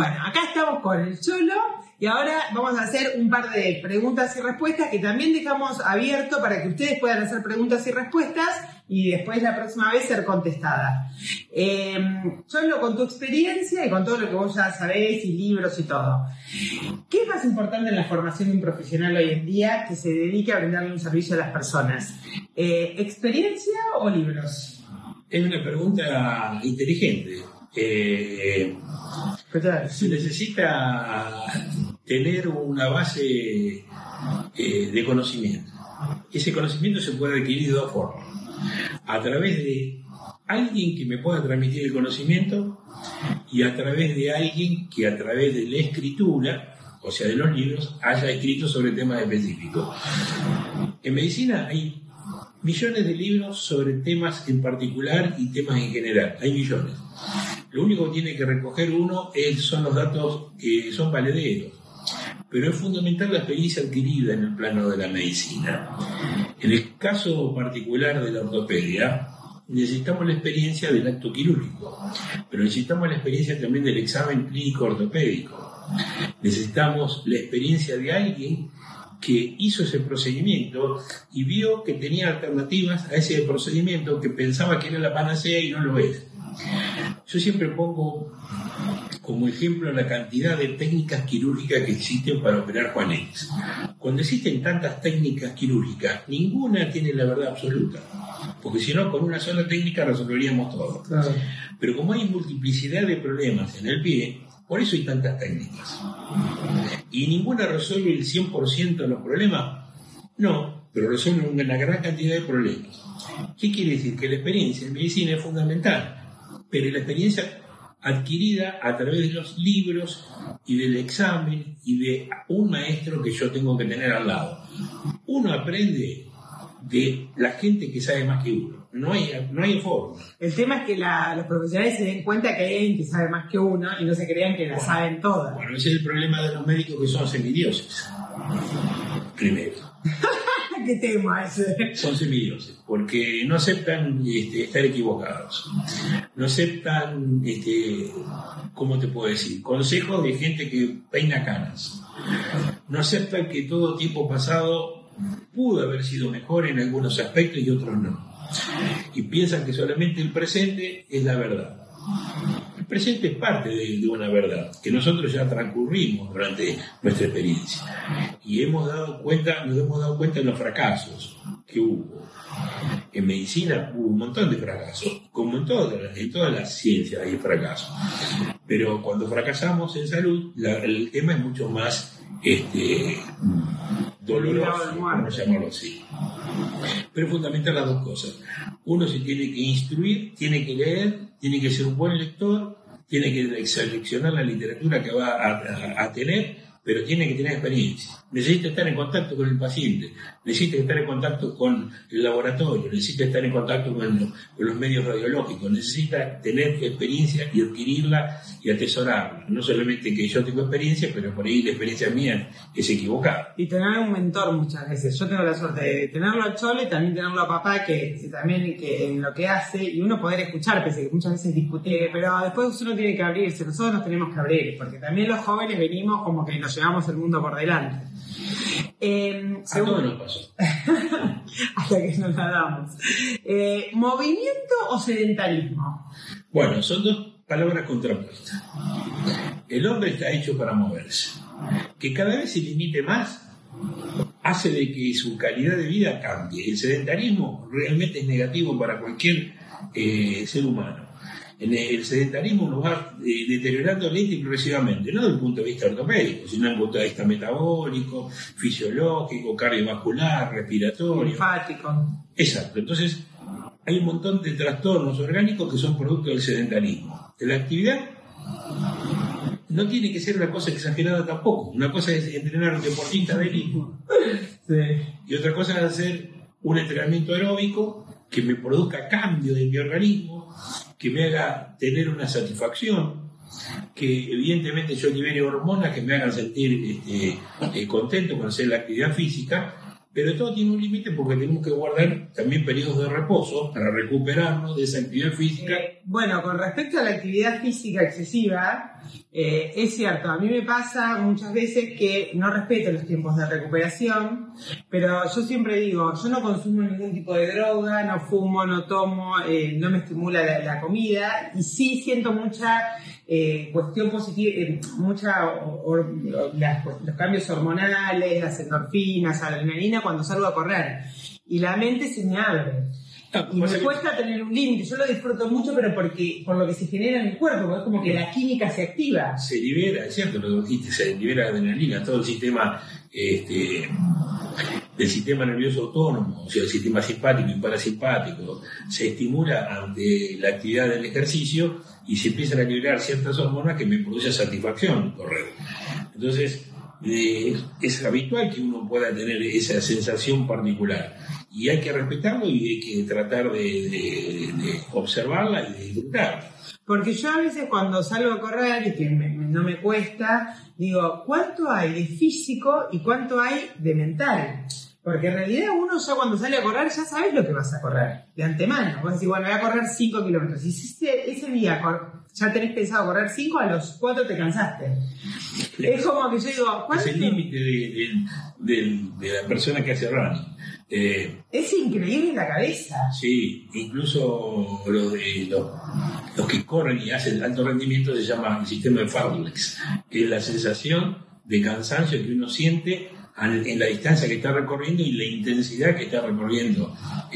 Bueno, acá estamos con el Cholo y ahora vamos a hacer un par de preguntas y respuestas que también dejamos abierto para que ustedes puedan hacer preguntas y respuestas y después la próxima vez ser contestadas. Cholo, con tu experiencia y con todo lo que vos ya sabés y libros y todo, ¿qué es más importante en la formación de un profesional hoy en día que se dedique a brindarle un servicio a las personas? ¿Experiencia o libros? Es una pregunta inteligente. Se necesita tener una base de conocimiento. Ese conocimiento se puede adquirir de dos formas: a través de alguien que me pueda transmitir el conocimiento y a través de alguien que a través de la escritura, o sea de los libros, haya escrito sobre temas específicos. En medicina hay millones de libros sobre temas en particular y temas en general, hay millones. Lo único que tiene que recoger uno son los datos que son valederos, pero es fundamental la experiencia adquirida en el plano de la medicina. En el caso particular de la ortopedia, necesitamos la experiencia del acto quirúrgico, pero necesitamos la experiencia también del examen clínico ortopédico. Necesitamos la experiencia de alguien que hizo ese procedimiento y vio que tenía alternativas a ese procedimiento que pensaba que era la panacea y no lo es. Yo siempre pongo como ejemplo la cantidad de técnicas quirúrgicas que existen para operar Juanetes. Cuando existen tantas técnicas quirúrgicas, ninguna tiene la verdad absoluta, porque si no, con una sola técnica resolveríamos todo. Claro. Pero como hay multiplicidad de problemas en el pie, por eso hay tantas técnicas. ¿Y ninguna resuelve el 100% de los problemas? No, pero resuelve una gran cantidad de problemas. ¿Qué quiere decir? Que la experiencia en medicina es fundamental, pero la experiencia adquirida a través de los libros y del examen y de un maestro que yo tengo que tener al lado. Uno aprende de la gente que sabe más que uno. No hay forma. El tema es que los profesionales se den cuenta que hay alguien que sabe más que uno y no se crean que la saben todas. Bueno, ese es el problema de los médicos, que son semidioses. Primero. ¿Qué tema ese? Son semidioses, porque no aceptan estar equivocados. No aceptan, ¿cómo te puedo decir? Consejos de gente que peina canas. No aceptan que todo tiempo pasado pudo haber sido mejor en algunos aspectos y otros no. Y piensan que solamente el presente es la verdad. El presente es parte de una verdad que nosotros ya transcurrimos durante nuestra experiencia y nos hemos dado cuenta de los fracasos que hubo. En medicina hubo un montón de fracasos, como en todas las ciencias hay fracasos, pero cuando fracasamos en salud el tema es mucho más doloroso, vamos a llamarlo así. Pero es fundamental las dos cosas. Uno se tiene que instruir, tiene que leer, tiene que ser un buen lector, tiene que seleccionar la literatura que va a tener, pero tiene que tener experiencia. Necesita estar en contacto con el paciente, necesita estar en contacto con el laboratorio, necesita estar en contacto con los medios radiológicos, necesita tener experiencia y adquirirla y atesorarla. No solamente que yo tengo experiencia, pero por ahí la experiencia mía es equivocada. Y tener un mentor muchas veces. Yo tengo la suerte de tenerlo a Cholo y también tenerlo a papá, que también que en lo que hace, y uno poder escuchar, pese a que muchas veces discute, pero después uno tiene que abrirse, nosotros nos tenemos que abrir, porque también los jóvenes venimos como que nos llevamos el mundo por delante. A todos nos pasó. Hasta que nos la damos. ¿Movimiento o sedentarismo? Bueno, son dos palabras contrapuestas. El hombre está hecho para moverse. Que cada vez se limite más hace de que su calidad de vida cambie. El sedentarismo realmente es negativo para cualquier ser humano. El sedentarismo nos va deteriorando lenta y progresivamente, no desde el punto de vista ortopédico, sino desde el punto de vista metabólico, fisiológico, cardiovascular, respiratorio. Linfático. Exacto. Entonces, hay un montón de trastornos orgánicos que son producto del sedentarismo. La actividad no tiene que ser una cosa exagerada tampoco. Una cosa es entrenar a un deportista de élite. Sí. Y otra cosa es hacer un entrenamiento aeróbico que me produzca cambio de mi organismo, que me haga tener una satisfacción, que evidentemente yo libere hormonas que me hagan sentir contento con hacer la actividad física, Pero todo tiene un límite porque tenemos que guardar también periodos de reposo para recuperarnos de esa actividad física. Bueno, con respecto a la actividad física excesiva, es cierto, a mí me pasa muchas veces que no respeto los tiempos de recuperación, pero yo siempre digo, yo no consumo ningún tipo de droga, no fumo, no tomo, no me estimula la comida, y sí siento mucha cuestión positiva, los cambios hormonales, las endorfinas, adrenalina cuando salgo a correr, y la mente se me abre. Y me cuesta tener un límite. Yo lo disfruto mucho, pero por lo que se genera en el cuerpo, porque es como que la química se activa. Se libera, es cierto lo que dijiste, se libera adrenalina, todo el sistema del sistema nervioso autónomo, o sea, el sistema simpático y parasimpático, se estimula ante la actividad del ejercicio y se empiezan a liberar ciertas hormonas que me producen satisfacción correr. Entonces, es habitual que uno pueda tener esa sensación particular. Y hay que respetarlo y hay que tratar de observarla y de disfrutar. Porque yo a veces cuando salgo a correr, y que no me cuesta, digo, ¿cuánto hay de físico y cuánto hay de mental? Porque en realidad uno ya cuando sale a correr ya sabes lo que vas a correr, de antemano. Vos decís, bueno, voy a correr 5 kilómetros. Y si ese día ya tenés pensado correr 5, a los 4 te cansaste. Es como que yo digo, ¿cuánto? Es el límite de la persona que hace running. Es increíble la cabeza. Sí, incluso los que corren y hacen alto rendimiento se llama el sistema de Farlex, que es la sensación de cansancio que uno siente en la distancia que está recorriendo y la intensidad que está recorriendo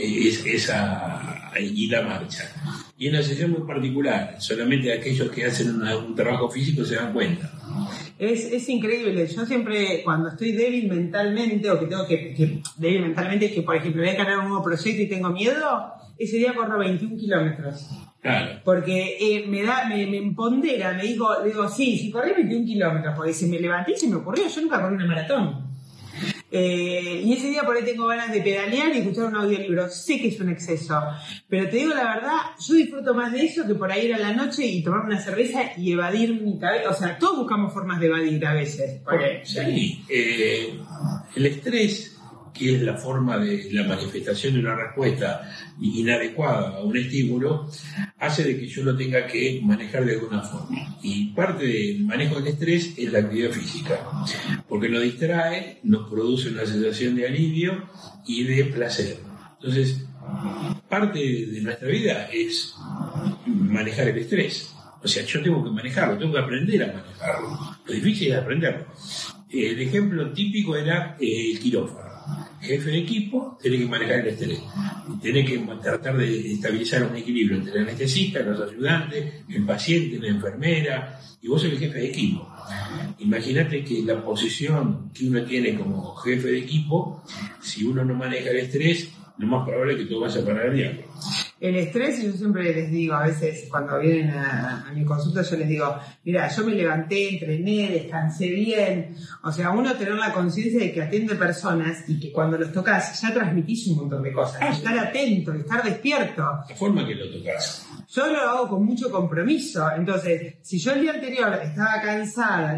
y la marcha. Y es una sensación muy particular, solamente aquellos que hacen un trabajo físico se dan cuenta. Es increíble. Yo siempre, cuando estoy débil mentalmente, o que tengo que débil mentalmente, que por ejemplo voy a ganar un nuevo proyecto y tengo miedo, ese día corro 21 kilómetros. Claro. Porque me empodera, le digo, sí, corrí 21 kilómetros, porque si me levanté y se me ocurrió, yo nunca corrí una maratón. Y ese día por ahí tengo ganas de pedalear y escuchar un audiolibro. Sé que es un exceso, pero te digo la verdad, yo disfruto más de eso que por ahí ir a la noche y tomar una cerveza y evadir mi cabeza. O sea, todos buscamos formas de evadir a veces. Sí, el estrés, que es la forma de la manifestación de una respuesta inadecuada a un estímulo, hace de que yo lo tenga que manejar de alguna forma. Y parte del manejo del estrés es la actividad física, porque nos distrae, nos produce una sensación de alivio y de placer. Entonces, parte de nuestra vida es manejar el estrés. O sea, yo tengo que manejarlo, tengo que aprender a manejarlo. Lo difícil es aprenderlo. El ejemplo típico era el quirófano. Jefe de equipo, tiene que manejar el estrés. Tiene que tratar de estabilizar un equilibrio entre el anestesista, los ayudantes, el paciente, la enfermera, y vos sos el jefe de equipo. Imagínate que la posición que uno tiene como jefe de equipo, si uno no maneja el estrés, lo más probable es que todo vaya para el diablo. El estrés, yo siempre les digo, a veces cuando vienen a mi consulta, yo les digo, mira, yo me levanté, entrené, descansé bien. O sea, uno tener la conciencia de que atiende personas y que cuando los tocas ya transmitís un montón de cosas. Estar atento, estar despierto. La forma que lo tocas. Yo lo hago con mucho compromiso. Entonces, si yo el día anterior estaba cansada,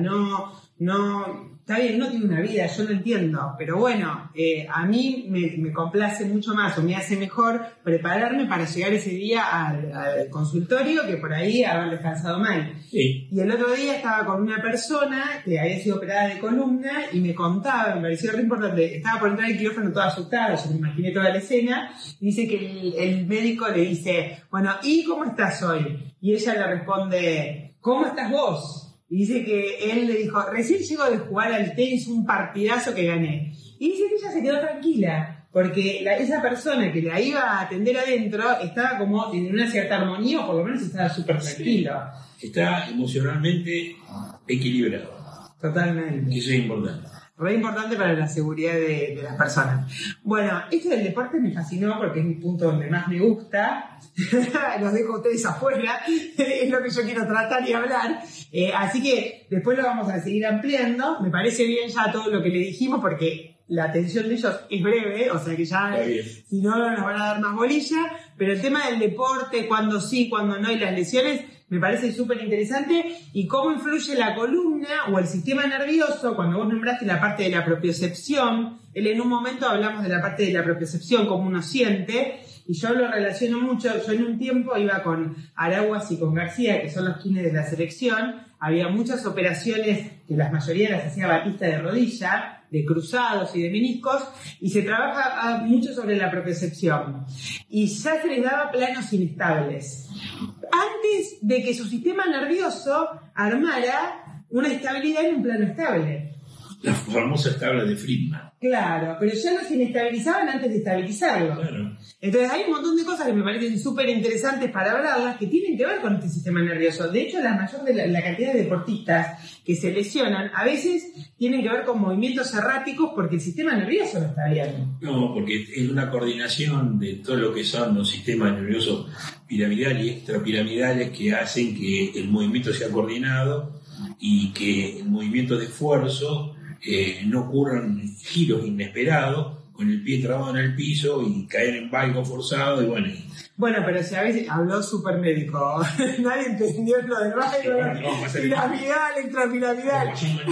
está bien, no tiene una vida, yo lo entiendo, pero bueno, a mí me complace mucho más o me hace mejor prepararme para llegar ese día al consultorio que por ahí haber descansado mal. Sí. Y el otro día estaba con una persona que había sido operada de columna y me contaba, me pareció re importante, estaba por entrar al quirófano toda asustada, yo me imaginé toda la escena, y dice que el médico le dice, bueno, ¿y cómo estás hoy? Y ella le responde, ¿cómo estás vos? Y dice que él le dijo, recién llego de jugar al tenis, un partidazo que gané. Y dice que ella se quedó tranquila, porque esa persona que la iba a atender adentro estaba como en una cierta armonía, o por lo menos estaba súper tranquilo. Está emocionalmente equilibrado. Totalmente. Y eso es importante. Re importante para la seguridad de las personas. Bueno, esto del deporte me fascinó porque es mi punto donde más me gusta. Los dejo a ustedes afuera. Es lo que yo quiero tratar y hablar. Así que después lo vamos a seguir ampliando. Me parece bien ya todo lo que le dijimos porque la atención de ellos es breve. O sea que ya, si no, nos van a dar más bolilla. Pero el tema del deporte, cuándo sí, cuándo no, y las lesiones, me parece súper interesante, y cómo influye la columna o el sistema nervioso. Cuando vos nombraste la parte de la propiocepción, en un momento hablamos de la parte de la propiocepción, cómo uno siente, y yo lo relaciono mucho. Yo en un tiempo iba con Araguas y con García, que son los kines de la selección. Había muchas operaciones, que la mayoría las hacía Batista de rodilla, de cruzados y de meniscos, y se trabaja mucho sobre la propiocepción. Y ya se les daba planos inestables, antes de que su sistema nervioso armara una estabilidad en un plano estable. La famosa tabla de Friedman. Claro, pero ya los inestabilizaban antes de estabilizarlo. Claro. Entonces hay un montón de cosas que me parecen súper interesantes para hablarlas, que tienen que ver con este sistema nervioso. De hecho, la mayor de la cantidad de deportistas que se lesionan a veces tienen que ver con movimientos erráticos porque el sistema nervioso no está bien. No, porque es una coordinación de todo lo que son los sistemas nerviosos piramidales y extrapiramidales que hacen que el movimiento sea coordinado y que el movimiento de esfuerzo no ocurran giros inesperados con el pie trabado en el piso y caer en valgo forzado y bueno. Bueno, pero si a veces habló súper médico, nadie entendió lo del valgo, piramidal, extrapiramidal.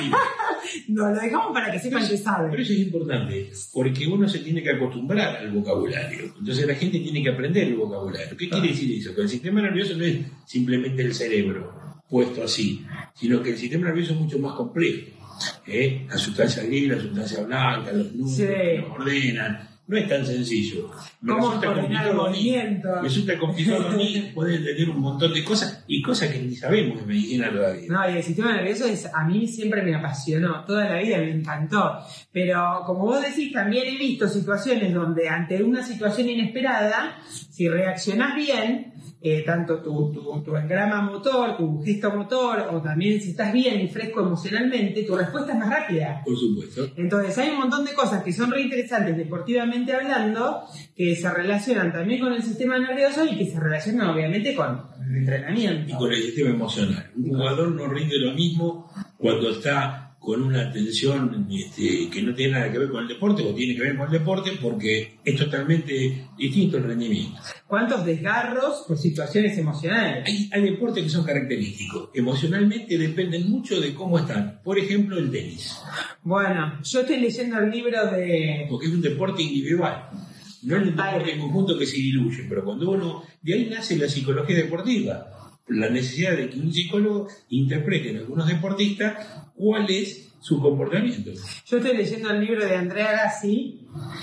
No, lo dejamos para que sepan que saben. Pero eso es importante, porque uno se tiene que acostumbrar al vocabulario. Entonces la gente tiene que aprender el vocabulario. ¿Qué quiere decir eso? Que el sistema nervioso no es simplemente el cerebro puesto así, sino que el sistema nervioso es mucho más complejo. La sustancia gris, la sustancia blanca, los números que nos ordenan. No es tan sencillo. ¿Cómo coordinar el movimiento? Me resulta complicado a mí poder entender un montón de cosas y cosas que ni sabemos de medicina todavía. No, y el sistema nervioso a mí siempre me apasionó, toda la vida me encantó. Pero como vos decís, también he visto situaciones donde ante una situación inesperada, si reaccionás bien, tanto tu engrama motor, tu gesto motor, o también si estás bien y fresco emocionalmente, tu respuesta es más rápida. Por supuesto. Entonces hay un montón de cosas que son re interesantes deportivamente hablando, que se relacionan también con el sistema nervioso y que se relacionan obviamente con el entrenamiento. Y con el sistema emocional. Un jugador no rinde lo mismo cuando está con una tensión que no tiene nada que ver con el deporte o tiene que ver con el deporte, porque es totalmente distinto el rendimiento. ¿Cuántos desgarros por situaciones emocionales? Hay deportes que son característicos. Emocionalmente dependen mucho de cómo están. Por ejemplo, el tenis. Bueno, yo estoy leyendo el libro de... Porque es un deporte individual. No es un deporte en conjunto que se diluye, pero cuando uno... De ahí nace la psicología deportiva. La necesidad de que un psicólogo interprete en algunos deportistas cuál es su comportamiento. Yo estoy leyendo el libro de Andrea Gassi.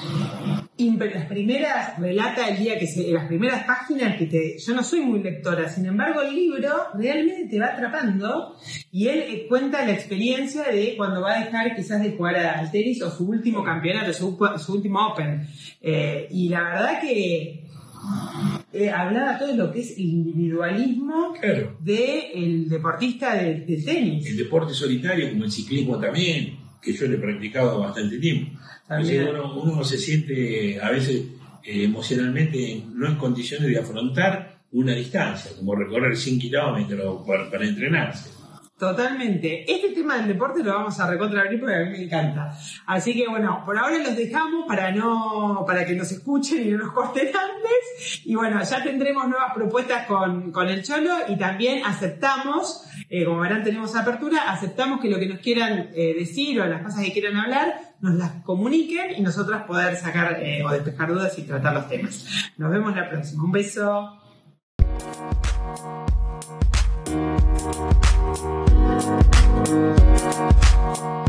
Las primeras, relata el día las primeras páginas yo no soy muy lectora, sin embargo el libro realmente te va atrapando y él cuenta la experiencia de cuando va a dejar quizás de jugar al tenis o su último campeonato, su último Open, y la verdad que hablaba todo de lo que es el individualismo del deportista del tenis. El deporte solitario, como el ciclismo también, que yo lo he practicado bastante tiempo. Entonces uno se siente a veces emocionalmente no en condiciones de afrontar una distancia, como recorrer 100 kilómetros para entrenarse. Totalmente. Este tema del deporte lo vamos a recontraabrir porque a mí me encanta. Así que bueno, por ahora los dejamos para que nos escuchen y no nos corten antes. Y bueno, ya tendremos nuevas propuestas con el Cholo y también aceptamos, como verán tenemos apertura, aceptamos que lo que nos quieran decir o las cosas que quieran hablar, nos las comuniquen y nosotros poder sacar o despejar dudas y tratar los temas. Nos vemos la próxima. Un beso. Thank you.